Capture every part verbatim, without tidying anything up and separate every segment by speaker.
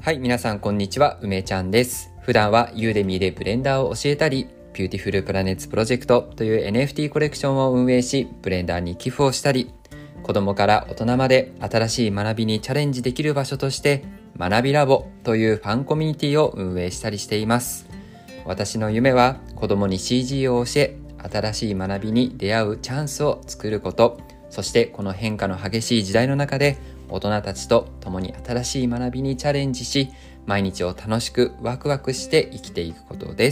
Speaker 1: はい、皆さんこんにちは、梅ちゃんです。普段はユーデミーでブレンダーを教えたり、ビューティフルプラネッツプロジェクトという エヌエフティー コレクションを運営し、ブレンダーに寄付をしたり、子供から大人まで新しい学びにチャレンジできる場所として、学びラボというファンコミュニティを運営したりしています。私の夢は子供に シージー を教え、新しい学びに出会うチャンスを作ること、そしてこの変化の激しい時代の中で大人たちと共に新しい学びにチャレンジし、毎日を楽しくワクワクして生きていくことです。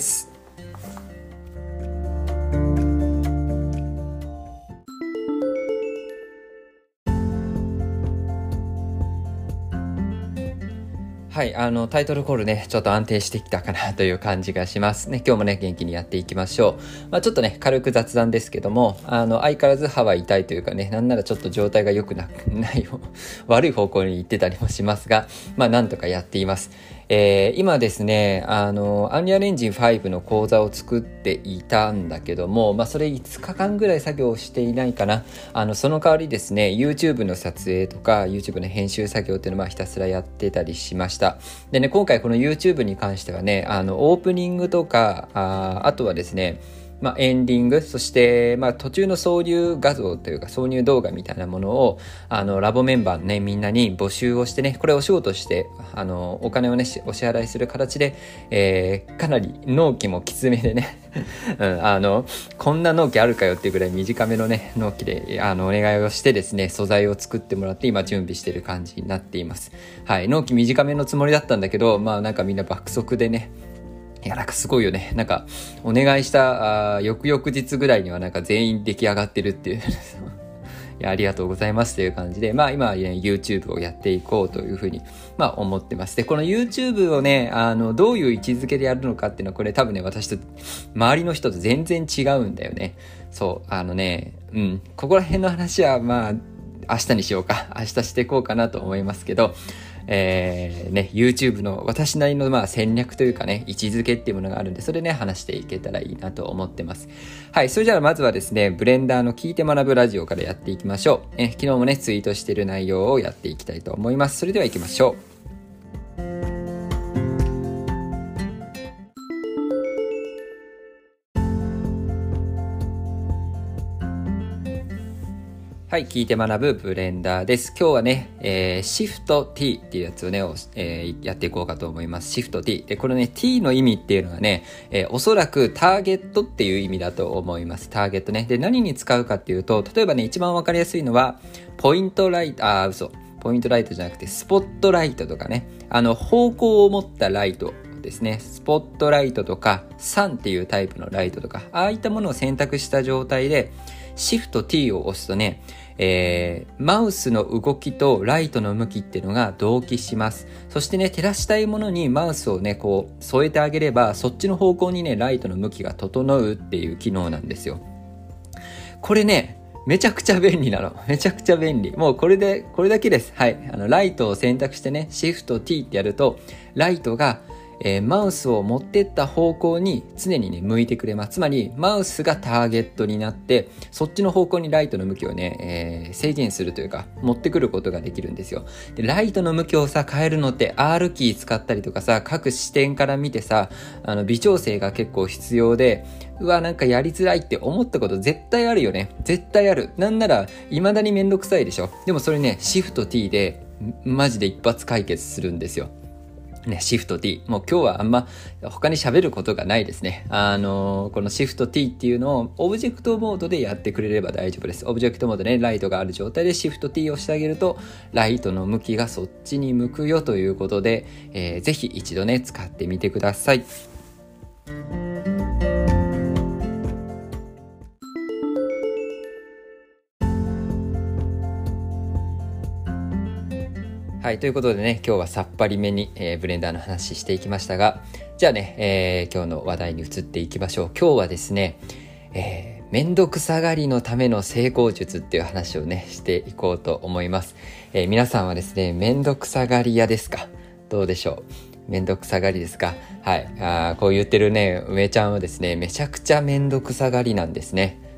Speaker 1: はい、あのタイトルコールね、ちょっと安定してきたかなという感じがしますね。今日もね、元気にやっていきましょう。まあ、ちょっとね、軽く雑談ですけども、あの相変わらず歯は痛いというかね、なんならちょっと状態が良くなないよ悪い方向に行ってたりもしますが、まあなんとかやっています。えー、今ですね、あのアンリアルエンジンファイブの講座を作っていたんだけども、まあそれいつかかんぐらい作業をしていないかな。あのその代わりですね、 YouTube の撮影とか YouTube の編集作業っていうのはひたすらやってたりしました。でね、今回この YouTube に関してはね、あのオープニングとか あ, あとはですね、まあ、エンディング、そして、まあ、途中の挿入画像というか挿入動画みたいなものをあのラボメンバーのね、みんなに募集をしてね、これをお仕事してあのお金をねお支払いする形で、えー、かなり納期もきつめでね、うん、あのこんな納期あるかよっていうぐらい短めのね納期であのお願いをしてですね、素材を作ってもらって今準備してる感じになっています。はい、納期短めのつもりだったんだけど、まあなんかみんな爆速でね、いやなんかすごいよね。なんかお願いしたあ翌々日ぐらいにはなんか全員出来上がってるっていういやありがとうございますという感じで、まあ今は、ね、YouTube をやっていこうというふうにまあ思ってます。でこの YouTube をね、あのどういう位置づけでやるのかっていうのは、これ多分ね、私と周りの人と全然違うんだよね。そうあのね、うんここら辺の話はまあ明日にしようか明日していこうかなと思いますけど、えーね、YouTube の私なりのまあ戦略というかね、位置づけっていうものがあるんで、それね話していけたらいいなと思ってます。はい、それじゃあまずはですね、ブレンダーの聞いて学ぶラジオからやっていきましょう。え昨日もねツイートしている内容をやっていきたいと思います。それでは行きましょう。はい、聞いて学ぶブレンダーです。今日はね、えー、シフト T っていうやつをね、えー、やっていこうかと思います。シフト T。で、これね、T の意味っていうのがね、えー、おそらくターゲットっていう意味だと思います。ターゲットね。で、何に使うかっていうと、例えばね、一番わかりやすいのは、ポイントライト、あー、嘘。ポイントライトじゃなくて、スポットライトとかね、あの、方向を持ったライトですね。スポットライトとか、サンっていうタイプのライトとか、ああいったものを選択した状態で、シフト T を押すとね、えー、マウスの動きとライトの向きっていうのが同期します。そしてね、照らしたいものにマウスをね、こう添えてあげれば、そっちの方向にね、ライトの向きが整うっていう機能なんですよ。これね、めちゃくちゃ便利なの。めちゃくちゃ便利。もうこれで、これだけです。はい。あの、ライトを選択してね、シフト T ってやると、ライトがえー、マウスを持ってった方向に常にね向いてくれます。つまりマウスがターゲットになって、そっちの方向にライトの向きをね、えー、制限するというか持ってくることができるんですよ。でライトの向きをさ変えるのって R キー使ったりとかさ、各視点から見てさ、あの微調整が結構必要で、うわなんかやりづらいって思ったこと絶対あるよね。絶対ある。なんなら未だにめんどくさいでしょ。でもそれね、シフト T でマジで一発解決するんですよね。シフト T。もう今日はあんま他に喋ることがないですね。あのー、このシフト T っていうのをオブジェクトモードでやってくれれば大丈夫です。オブジェクトモードでね、ライトがある状態でシフト T をしてあげると、ライトの向きがそっちに向くよということで、えー、ぜひ一度ね、使ってみてください。はい、ということでね、今日はさっぱりめに、えー、ブレンダーの話していきましたが、じゃあね、えー、今日の話題に移っていきましょう。今日はですね、えー、めんどくさがりのための成功術っていう話をねしていこうと思います。えー、皆さんはですね、めんどくさがり屋ですか？どうでしょう？めんどくさがりですか？はい、あこう言ってるね梅ちゃんはですね、めちゃくちゃめんどくさがりなんですね。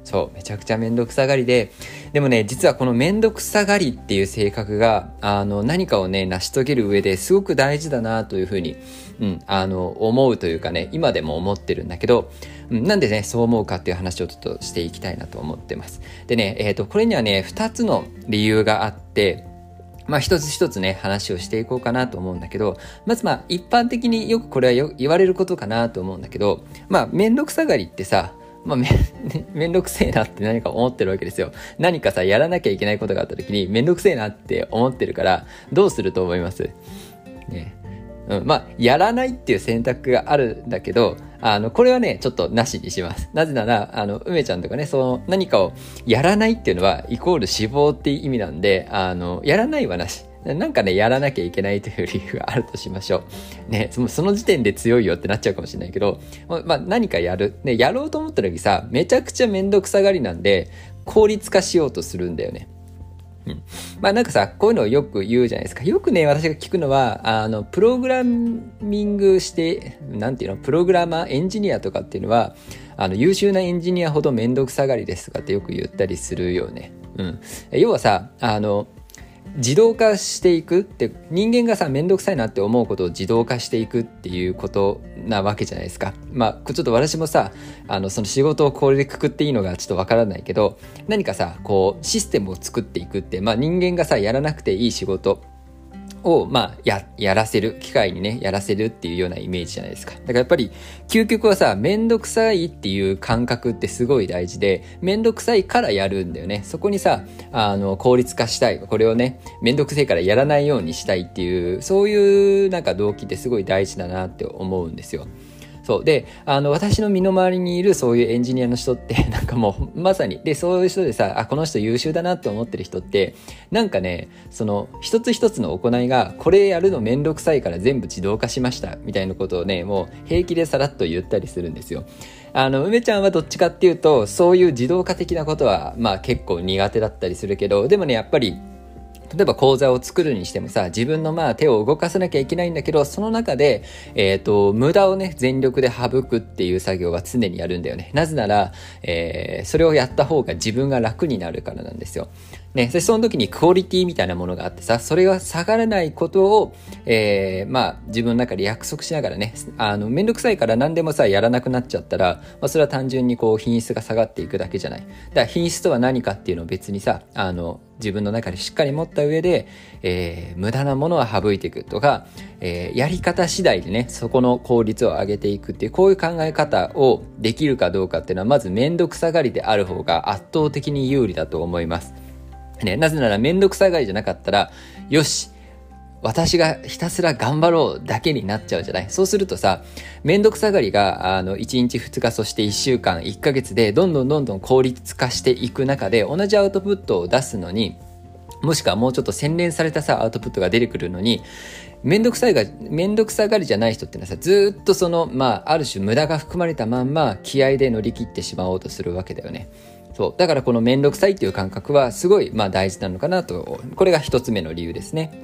Speaker 1: そう、めちゃくちゃめんどくさがりで、でもね、実はこのめんどくさがりっていう性格が、あの、何かをね、成し遂げる上ですごく大事だなというふうに、うん、あの、思うというかね、今でも思ってるんだけど、うん、なんでね、そう思うかっていう話をちょっとしていきたいなと思ってます。でね、えっと、これにはね、二つの理由があって、まあ一つ一つね、話をしていこうかなと思うんだけど、まずまあ一般的によくこれはよ言われることかなと思うんだけど、まあめんどくさがりってさ、まあめ、めんどくせえなって何か思ってるわけですよ。何かさ、やらなきゃいけないことがあった時にめんどくせえなって思ってるから、どうすると思います？ね。うん、まあ、やらないっていう選択があるんだけど、あの、これはね、ちょっとなしにします。なぜなら、あの、梅ちゃんとかね、その、何かをやらないっていうのは、イコール死亡っていう意味なんで、あの、やらないはなし。なんかね、やらなきゃいけないという理由があるとしましょう。ね、その、その時点で強いよってなっちゃうかもしれないけど、まあ、何かやる。ね、やろうと思った時さ、めちゃくちゃめんどくさがりなんで、効率化しようとするんだよね。うん、まあなんかさ、こういうのをよく言うじゃないですか。よくね、私が聞くのは、あの、プログラミングして、なんていうの、プログラマー、エンジニアとかっていうのは、あの、優秀なエンジニアほどめんどくさがりですとかってよく言ったりするよね。うん。要はさ、あの、自動化していくって、人間がさ、めんどくさいなって思うことを自動化していくっていうことなわけじゃないですか。まあちょっと私もさ、あのその仕事をこれでくくっていいのがちょっとわからないけど、何かさ、こうシステムを作っていくって、まあ人間がさ、やらなくていい仕事を、まあ、や、やらせる、機械にね、やらせるっていうようなイメージじゃないですか。だからやっぱり、究極はさ、めんどくさいっていう感覚ってすごい大事で、めんどくさいからやるんだよね。そこにさ、あの、効率化したい。これをね、めんどくせえからやらないようにしたいっていう、そういうなんか動機ってすごい大事だなって思うんですよ。そうで、あの私の身の回りにいるそういうエンジニアの人ってなんかもうまさにで、そういう人でさ、あ、この人優秀だなって思ってる人って、なんかね、その一つ一つの行いがこれやるのめんどくさいから全部自動化しましたみたいなことをね、もう平気でさらっと言ったりするんですよ。あの梅ちゃんはどっちかっていうと、そういう自動化的なことはまあ結構苦手だったりするけど、でもね、やっぱり例えば講座を作るにしてもさ、自分のまあ手を動かさなきゃいけないんだけど、その中で、えっと、無駄をね、全力で省くっていう作業は常にやるんだよね。なぜなら、えー、それをやった方が自分が楽になるからなんですよ。ね、そしてその時にクオリティみたいなものがあってさ、それが下がらないことを、えー、まあ自分の中で約束しながらね、あの、めんどくさいから何でもさ、やらなくなっちゃったら、まあそれは単純にこう品質が下がっていくだけじゃない。だから品質とは何かっていうのを別にさ、あの、自分の中でしっかり持った上で、えー、無駄なものは省いていくとか、えー、やり方次第でね、そこの効率を上げていくっていう、こういう考え方をできるかどうかっていうのは、まずめんどくさがりである方が圧倒的に有利だと思います。ね、なぜならめんどくさがりじゃなかったら、よし、私がひたすら頑張ろうだけになっちゃうじゃない。そうするとさ、めんどくさがりがあのいちにちふつか、そしていっしゅうかんいっかげつでどんどんどんどん効率化していく中で、同じアウトプットを出すのに、もしくはもうちょっと洗練されたさアウトプットが出てくるのに、めんどくさいがめんどくさがりじゃない人ってのはさ、ずっとそのまあある種無駄が含まれたまんま気合で乗り切ってしまおうとするわけだよね。そうだからこのめんどくさいっていう感覚はすごいまあ大事なのかなと、これが一つ目の理由ですね。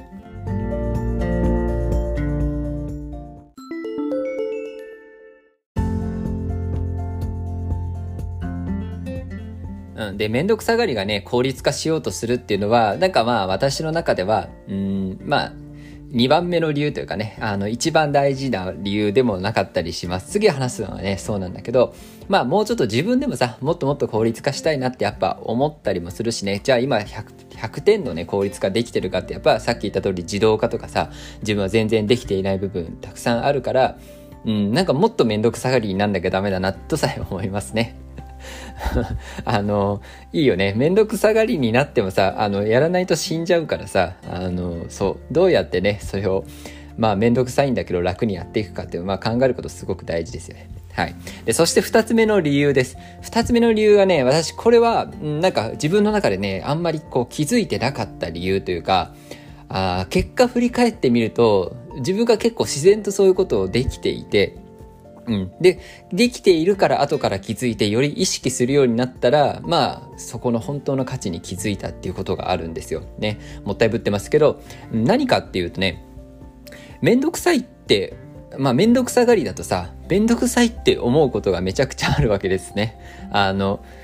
Speaker 1: うん、で、めんどくさがりがね、効率化しようとするっていうのは、なんかまあ私の中では、うーん、まあ、にばんめの理由というかね、あの、一番大事な理由でもなかったりします。次話すのはね、そうなんだけど、まあもうちょっと自分でもさ、もっともっと効率化したいなってやっぱ思ったりもするしね、じゃあ今 ひゃく, ひゃくてんのね、効率化できてるかってやっぱさっき言った通り自動化とかさ、自分は全然できていない部分たくさんあるから、うん、なんかもっとめんどくさがりになんなきゃダメだなとさえ思いますね。あのいいよね、めんどくさがりになってもさ、あのやらないと死んじゃうからさ、あのそうどうやってねそれをまあめんどくさいんだけど楽にやっていくかっていう、まあ、考えることすごく大事ですよね。はい、でそしてふたつめの理由です。ふたつめの理由はね、私これはなんか自分の中でねあんまりこう気づいてなかった理由というか、あ結果振り返ってみると自分が結構自然とそういうことをできていて、うん、でできているから後から気づいてより意識するようになったら、まあそこの本当の価値に気づいたっていうことがあるんですよね。もったいぶってますけど、何かっていうとね、めんどくさいってまあめんどくさがりだとさ、めんどくさいって思うことがめちゃくちゃあるわけですね。あの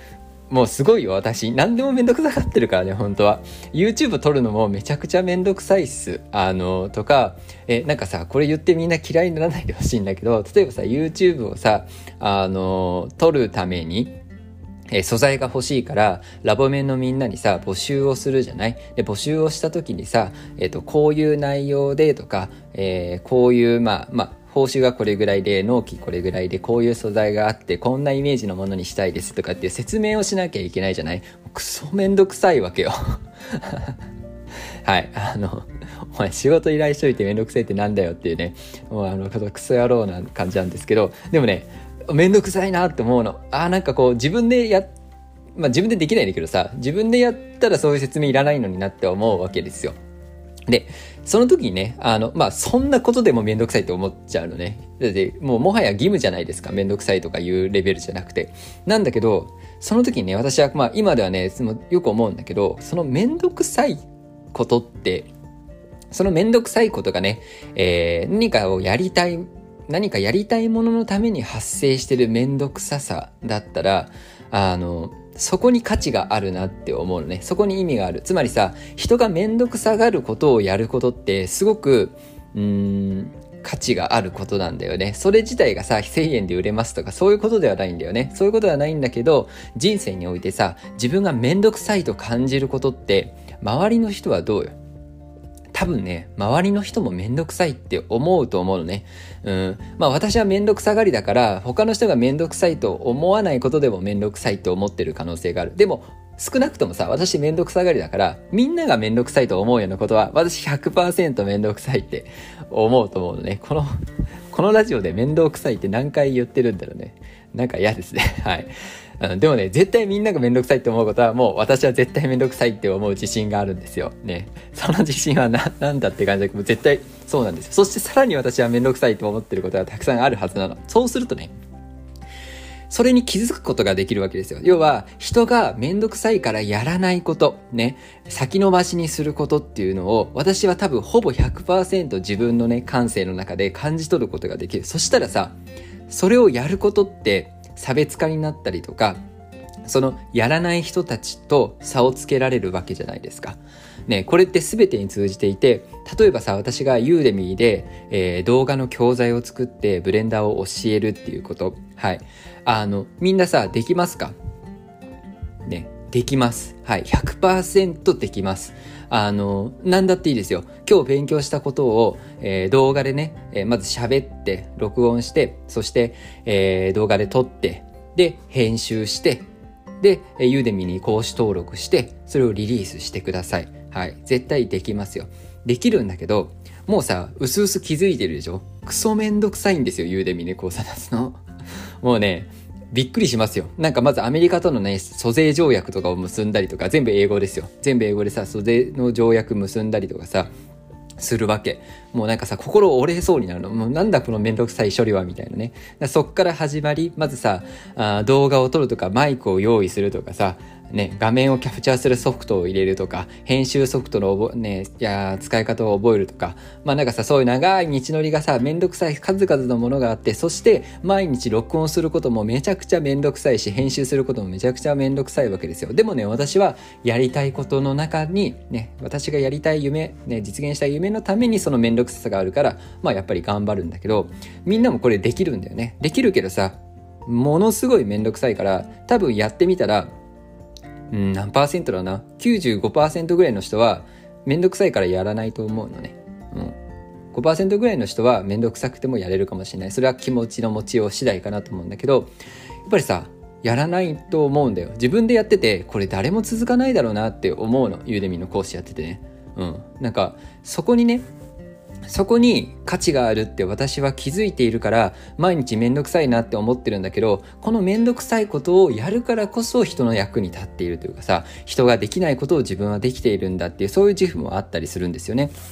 Speaker 1: もうすごいよ、私。何でもめんどくさがってるからね、本当は。YouTube 撮るのもめちゃくちゃめんどくさいっす。あの、とか、え、なんかさ、これ言ってみんな嫌いにならないでほしいんだけど、例えばさ、YouTube をさ、あの、撮るために、え素材が欲しいからラボメンのみんなにさ募集をするじゃない。で募集をした時にさ、えっとこういう内容でとか、えー、こういうまあまあ報酬がこれぐらいで納期これぐらいでこういう素材があってこんなイメージのものにしたいですとかっていう説明をしなきゃいけないじゃない。クソめんどくさいわけよはい、あのお前仕事依頼しといてめんどくさいってなんだよっていうね、もうあのクソ野郎な感じなんですけど、でもねめんどくさいなって思うの。あーなんかこう自分でやまあ自分でできないんだけどさ、自分でやったらそういう説明いらないのになって思うわけですよ。でその時にね、あのまあそんなことでもめんどくさいって思っちゃうのね。だってもうもはや義務じゃないですか、めんどくさいとかいうレベルじゃなくて。なんだけどその時にね、私はまあ今ではねよく思うんだけど、そのめんどくさいことってそのめんどくさいことがね、えー、何かをやりたい何かやりたいもののために発生してるめんどくささだったら、あのそこに価値があるなって思うのね。そこに意味がある。つまりさ、人がめんどくさがることをやることってすごくうーん価値があることなんだよね。それ自体がさせんえんで売れますとかそういうことではないんだよね。そういうことではないんだけど、人生においてさ、自分がめんどくさいと感じることって周りの人はどうよ。多分ね、周りの人もめんどくさいって思うと思うのね。うん。まあ私はめんどくさがりだから、他の人がめんどくさいと思わないことでもめんどくさいと思ってる可能性がある。でも、少なくともさ、私めんどくさがりだから、みんながめんどくさいと思うようなことは、私 ひゃくパーセント めんどくさいって思うと思うのね。この、このラジオでめんどくさいって何回言ってるんだろうね。なんか嫌ですね。はい。うん、でもね、絶対みんながめんどくさいって思うことは、もう私は絶対めんどくさいって思う自信があるんですよ。ね。その自信はな、なんだって感じだけど、絶対そうなんですよ。そしてさらに私はめんどくさいと思ってることがたくさんあるはずなの。そうするとね、それに気づくことができるわけですよ。要は、人がめんどくさいからやらないこと、ね、先延ばしにすることっていうのを、私は多分ほぼ ひゃくパーセント 自分のね、感性の中で感じ取ることができる。そしたらさ、それをやることって、差別化になったりとか、そのやらない人たちと差をつけられるわけじゃないですか。ね、これって全てに通じていて、例えばさ、私がユーデミーで、えー、動画の教材を作ってブレンダーを教えるっていうこと、はい、あのみんなさできますか？ね、できます。はい、ひゃくパーセント できます。あの何だっていいですよ。今日勉強したことを、えー、動画でね、えー、まず喋って録音して、そして、えー、動画で撮ってで編集してでユーデミに講師登録してそれをリリースしてください。はい、絶対できますよ。できるんだけど、もうさうすうす気づいてるでしょ。クソめんどくさいんですよ、ユーデミで講座出すの。もうねびっくりしますよ。なんかまずアメリカとのね租税条約とかを結んだりとか、全部英語ですよ。全部英語でさ租税の条約結んだりとかさするわけ。もうなんかさ心折れそうになるの。もうなんだこのめんどくさい処理はみたいなね。そっから始まり、まずさあ動画を撮るとかマイクを用意するとかさね、画面をキャプチャーするソフトを入れるとか、編集ソフトの、ね、いや使い方を覚えるとか、まあなんかさそういう長い道のりがさめんどくさい数々のものがあって、そして毎日録音することもめちゃくちゃめんどくさいし、編集することもめちゃくちゃめんどくさいわけですよ。でもね、私はやりたいことの中にね、私がやりたい夢、ね、実現したい夢のためにそのめんどくささがあるから、まあやっぱり頑張るんだけど、みんなもこれできるんだよね。できるけどさものすごいめんどくさいから、多分やってみたらうん、何パーセントだな ?きゅうじゅうごパーセント ぐらいの人はめんどくさいからやらないと思うのね。うん。ごパーセント ぐらいの人はめんどくさくてもやれるかもしれない。それは気持ちの持ちよう次第かなと思うんだけど、やっぱりさ、やらないと思うんだよ。自分でやってて、これ誰も続かないだろうなって思うの。ユーデミの講師やっててね。うん。なんか、そこにね、そこに価値があるって私は気づいているから、毎日めんどくさいなって思ってるんだけど、このめんどくさいことをやるからこそ人の役に立っているというかさ、人ができないことを自分はできているんだっていう、そういう自負もあったりするんですよね。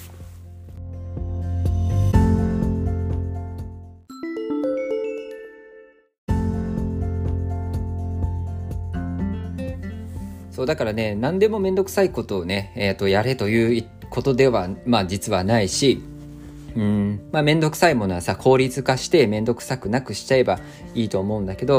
Speaker 1: そうだからね、何でもめんどくさいことをね、えーと、やれということではまあ実はないし、うんまあ、めんどくさいものはさ効率化してめんどくさくなくしちゃえばいいと思うんだけど、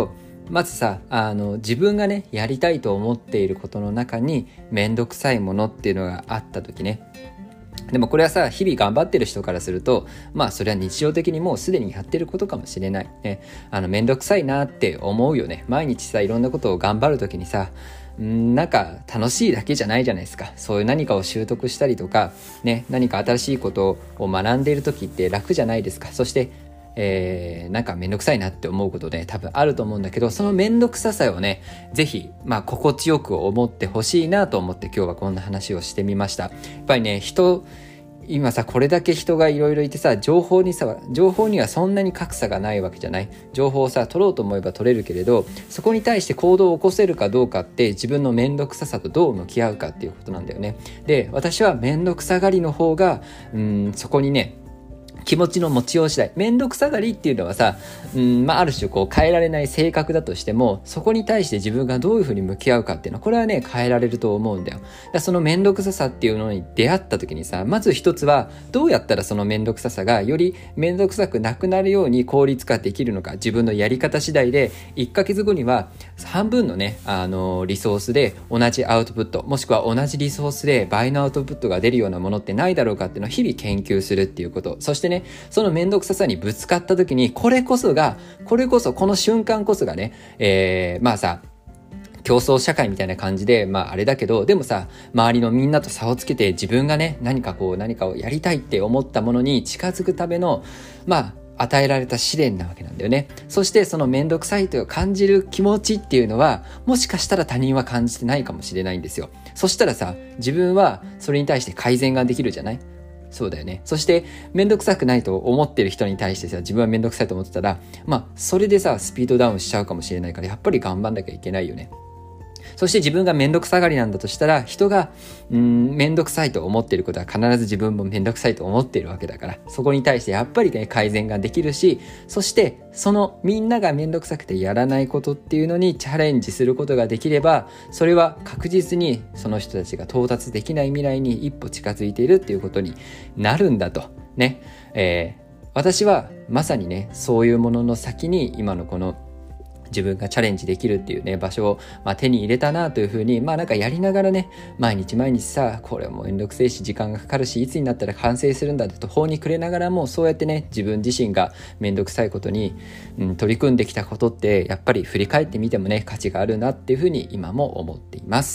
Speaker 1: まずさ、あの自分がねやりたいと思っていることの中にめんどくさいものっていうのがあった時ね、でもこれはさ、日々頑張ってる人からすると、まあそれは日常的にもうすでにやってることかもしれないね。あのめんどくさいなって思うよね。毎日さ、いろんなことを頑張るときにさ、んなんか楽しいだけじゃないじゃないですか。そういう何かを習得したりとかね、何か新しいことを学んでいるときって楽じゃないですか。そしてえー、なんかめんどくさいなって思うことね、多分あると思うんだけど、そのめんどくささをね、ぜひまあ心地よく思ってほしいなと思って今日はこんな話をしてみました。やっぱりね、人今さ、これだけ人がいろいろいてさ、情報にさ情報にはそんなに格差がないわけじゃない。情報をさ取ろうと思えば取れるけれど、そこに対して行動を起こせるかどうかって自分のめんどくささとどう向き合うかっていうことなんだよね。で、私はめんどくさがりの方がうーんそこにね、気持ちの持ちよう次第。めんどくさがりっていうのはさ、うんまあ、ある種こう変えられない性格だとしても、そこに対して自分がどういうふうに向き合うかっていうのは、これはね変えられると思うんだよ。だからそのめんどくささっていうのに出会った時にさ、まず一つはどうやったらそのめんどくささがよりめんどくさくなくなるように効率化できるのか、自分のやり方次第でいっかげつごには半分のね、あのリソースで同じアウトプット、もしくは同じリソースで倍のアウトプットが出るようなものってないだろうかっていうのを日々研究するっていうこと。そしてね、そのめんどくささにぶつかった時に、これこそがこれこそこの瞬間こそがね、えー、まあさ競争社会みたいな感じで、まああれだけど、でもさ、周りのみんなと差をつけて自分がね、何かこう何かをやりたいって思ったものに近づくための、まあ与えられた試練なわけなんだよね。そしてそのめんどくさいと感じる気持ちっていうのは、もしかしたら他人は感じてないかもしれないんですよ。そしたらさ、自分はそれに対して改善ができるじゃない？そうだよね。そしてめんどくさくないと思ってる人に対してさ、自分はめんどくさいと思ってたら、まあそれでさスピードダウンしちゃうかもしれないから、やっぱり頑張んなきゃいけないよね。そして自分がめんどくさがりなんだとしたら、人がうーんめんどくさいと思っていることは必ず自分もめんどくさいと思っているわけだから、そこに対してやっぱりね改善ができるし、そしてそのみんながめんどくさくてやらないことっていうのにチャレンジすることができれば、それは確実にその人たちが到達できない未来に一歩近づいているっていうことになるんだとね、えー、私はまさにねそういうものの先に今のこの自分がチャレンジできるっていうね場所を、まあ、手に入れたなというふうに、まあなんかやりながらね、毎日毎日さ、これもめんどくせえし時間がかかるし、いつになったら完成するんだって途方に暮れながらも、そうやってね自分自身がめんどくさいことに、うん、取り組んできたことって、やっぱり振り返ってみてもね価値があるなっていうふうに今も思っています。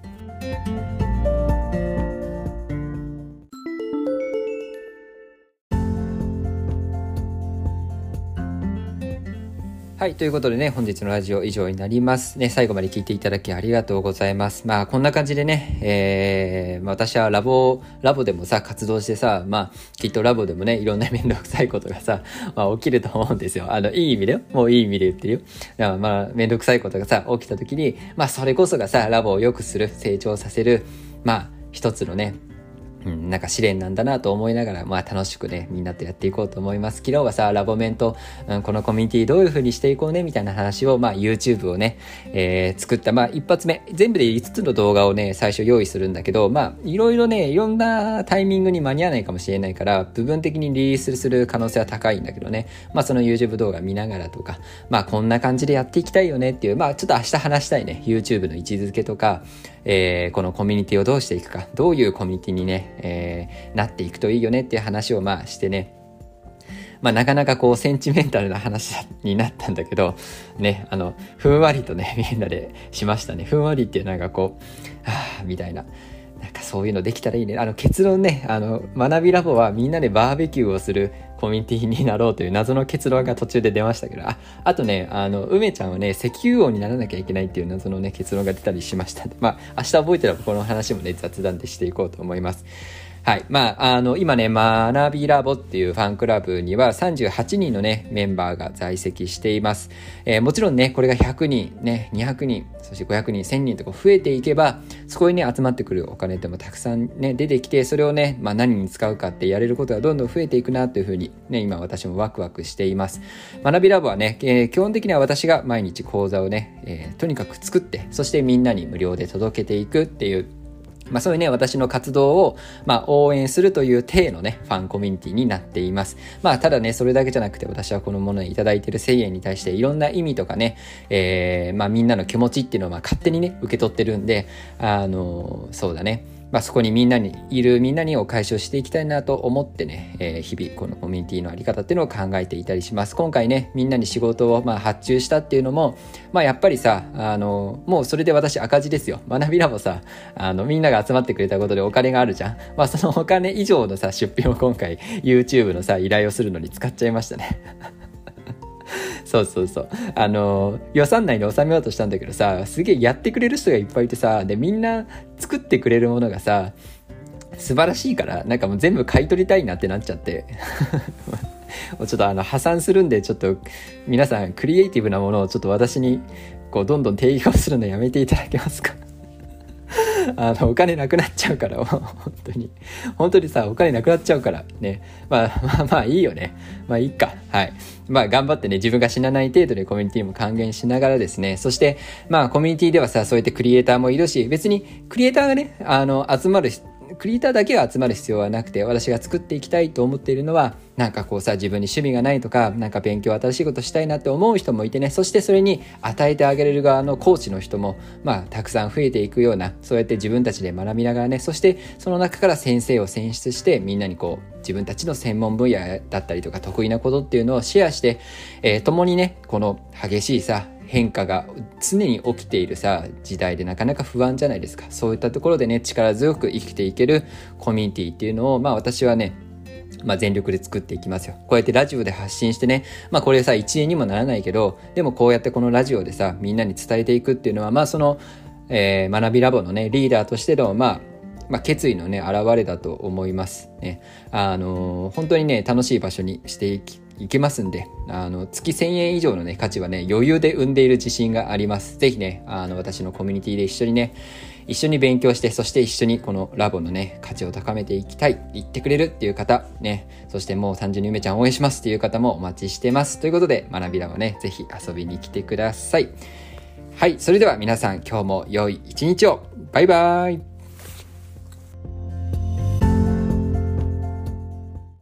Speaker 1: はい、ということでね、本日のラジオ以上になりますね。最後まで聞いていただきありがとうございます。まあこんな感じでね、えーまあ、私はラボラボでもさ活動してさ、まあきっとラボでもねいろんな面倒くさいことがさ、まあ、起きると思うんですよ。あのいい意味でよ、もういい意味で言ってるよ。だからまあ面倒くさいことがさ起きた時に、まあそれこそがさラボを良くする、成長させる、まあ一つのね。うん、なんか試練なんだなと思いながら、まあ楽しくねみんなとやっていこうと思います。昨日はさラボメンと、うん、このコミュニティどういう風にしていこうねみたいな話を、まあ YouTube をね、えー、作った、まあ一発目全部でいつつの動画をね最初用意するんだけど、まあいろいろねいろんなタイミングに間に合わないかもしれないから、部分的にリリースする可能性は高いんだけどね、まあその YouTube 動画見ながらとか、まあこんな感じでやっていきたいよねっていう、まあちょっと明日話したいね YouTube の位置づけとか、えー、このコミュニティをどうしていくか、どういうコミュニティにね、えー、なっていくといいよねっていう話をまあしてね、まあなかなかこうセンチメンタルな話になったんだけどね、あのふんわりとねみんなでしましたね。ふんわりっていうなんかこうはぁみたいな、なんかそういうのできたらいいね。あの結論ね、あの学びラボはみんなでバーベキューをするコミュニティになろうという謎の結論が途中で出ましたけど、あ, あとね、あの梅ちゃんはね石油王にならなきゃいけないっていう謎のね結論が出たりしました。まあ明日覚えてればこの話もね雑談でしていこうと思います。はい。まあ、あの、今ね、学びラボっていうファンクラブにはさんじゅうはちにんのね、メンバーが在籍しています。えー、もちろんね、これがひゃくにん、ね、にひゃくにん、そしてごひゃくにん、せんにんとか増えていけば、そこにね、集まってくるお金ってもたくさんね、出てきて、それをね、まあ何に使うかってやれることがどんどん増えていくなというふうに、ね、今私もワクワクしています。学びラボはね、えー、基本的には私が毎日講座をね、えー、とにかく作って、そしてみんなに無料で届けていくっていう、 まあそういうね、私の活動を、まあ応援するという体のね、ファンコミュニティになっています。まあただね、それだけじゃなくて私はこのものにいただいているせいえんに対していろんな意味とかね、えー、まあみんなの気持ちっていうのをまあ勝手にね、受け取ってるんで、あのー、そうだね。まあそこにみんなにいるみんなにお返しをしていきたいなと思ってね、えー、日々このコミュニティのあり方っていうのを考えていたりします。今回ね、みんなに仕事をまあ発注したっていうのも、まあやっぱりさ、あのもうそれで私赤字ですよ。学びラボさ、あのみんなが集まってくれたことでお金があるじゃん。まあそのお金以上のさ出費を今回 YouTube のさ依頼をするのに使っちゃいましたね。そうそうそう。あの、予算内に収めようとしたんだけどさ、すげえやってくれる人がいっぱいいてさ、で、みんな作ってくれるものがさ、素晴らしいから、なんかもう全部買い取りたいなってなっちゃって。ちょっとあの、破産するんで、ちょっと皆さん、クリエイティブなものをちょっと私に、こう、どんどん定義化するのやめていただけますか。あのお金なくなっちゃうから本当に本当にさお金なくなっちゃうからね、まあまあまあいいよね、まあいいか、はい、まあ頑張ってね自分が死なない程度でコミュニティも還元しながらですね、そしてまあコミュニティではさそうやってクリエイターもいるし、別にクリエイターがねあの集まるクリエイターだけが集まる必要はなくて、私が作っていきたいと思っているのはなんかこうさ自分に趣味がないとか、なんか勉強新しいことしたいなって思う人もいてね、そしてそれに与えてあげれる側のコーチの人もまあたくさん増えていくような、そうやって自分たちで学びながらね、そしてその中から先生を選出してみんなにこう自分たちの専門分野だったりとか得意なことっていうのをシェアして、えー、共にねこの激しいさ変化が常に起きているさ時代でなかなか不安じゃないですか。そういったところでね力強く生きていけるコミュニティっていうのをまあ私はねまあ、全力で作っていきますよ。こうやってラジオで発信してね、まあこれさいちえんにもならないけど、でもこうやってこのラジオでさみんなに伝えていくっていうのはまあその、えー、学びラボのねリーダーとしてのまあまあ、決意のね表れだと思いますね。あのー、本当にね楽しい場所にしていきいけますんで、あの月せんえん以上のね価値はね余裕で生んでいる自信があります。ぜひねあの私のコミュニティで一緒にね一緒に勉強して、そして一緒にこのラボのね価値を高めていきたい、言ってくれるっていう方ね、そしてもう単純に梅ちゃん応援しますっていう方もお待ちしてます。ということで学びラボねぜひ遊びに来てください。はい、それでは皆さん今日も良い一日を。バイバイ。